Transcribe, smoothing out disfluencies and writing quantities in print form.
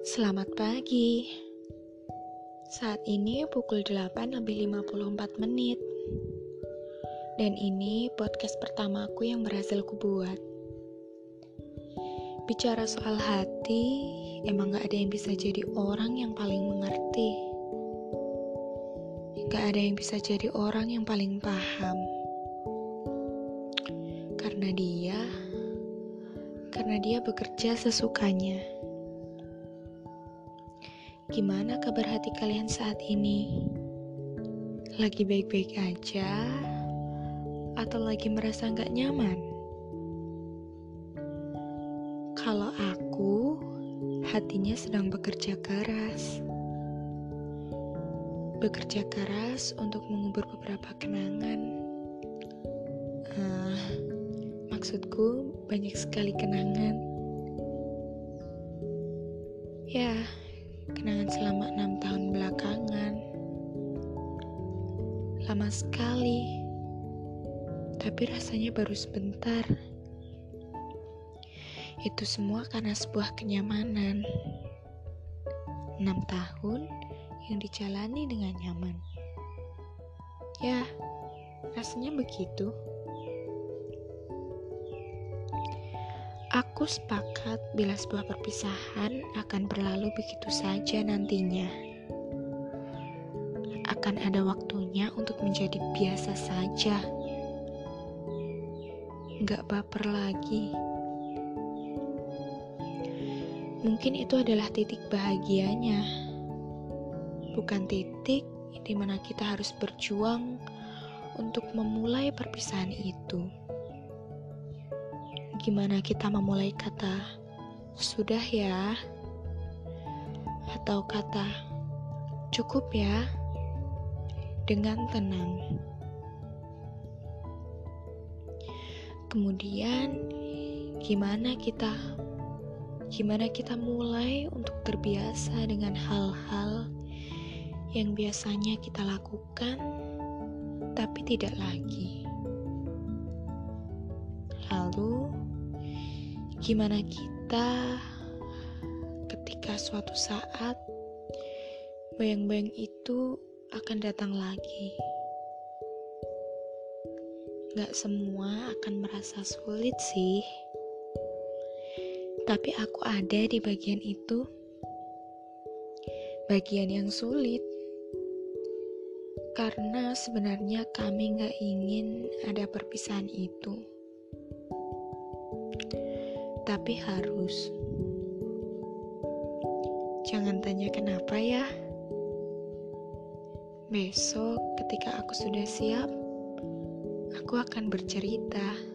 Selamat pagi. Saat ini pukul 8:54. Dan ini podcast pertamaku yang berhasil kubuat. Bicara soal hati, emang gak ada yang bisa jadi orang yang paling mengerti. Gak ada yang bisa jadi orang yang paling paham. Karena dia bekerja sesukanya. Gimana kabar hati kalian saat ini? Lagi baik-baik aja? Atau lagi merasa gak nyaman? Kalau aku, hatinya sedang bekerja keras. Bekerja keras untuk mengubur beberapa kenangan. Maksudku, banyak sekali kenangan. Ya, kenangan selama 6 tahun belakangan. Lama sekali, tapi rasanya baru sebentar. Itu semua karena sebuah kenyamanan. 6 tahun yang dijalani dengan nyaman. Ya, rasanya begitu. Aku sepakat bila sebuah perpisahan akan berlalu begitu saja nantinya. Akan ada waktunya untuk menjadi biasa saja. Nggak baper lagi. Mungkin itu adalah titik bahagianya. Bukan titik di mana kita harus berjuang untuk memulai perpisahan itu. Gimana kita memulai kata sudah ya, atau kata cukup ya, dengan tenang. Kemudian gimana kita mulai untuk terbiasa dengan hal-hal yang biasanya kita lakukan tapi tidak lagi. Lalu gimana kita ketika suatu saat bayang-bayang itu akan datang lagi. Gak semua akan merasa sulit sih, tapi aku ada di bagian itu, bagian yang sulit. Karena sebenarnya kami gak ingin ada perpisahan itu, tapi harus. Jangan tanya kenapa ya. Besok ketika aku sudah siap, aku akan bercerita.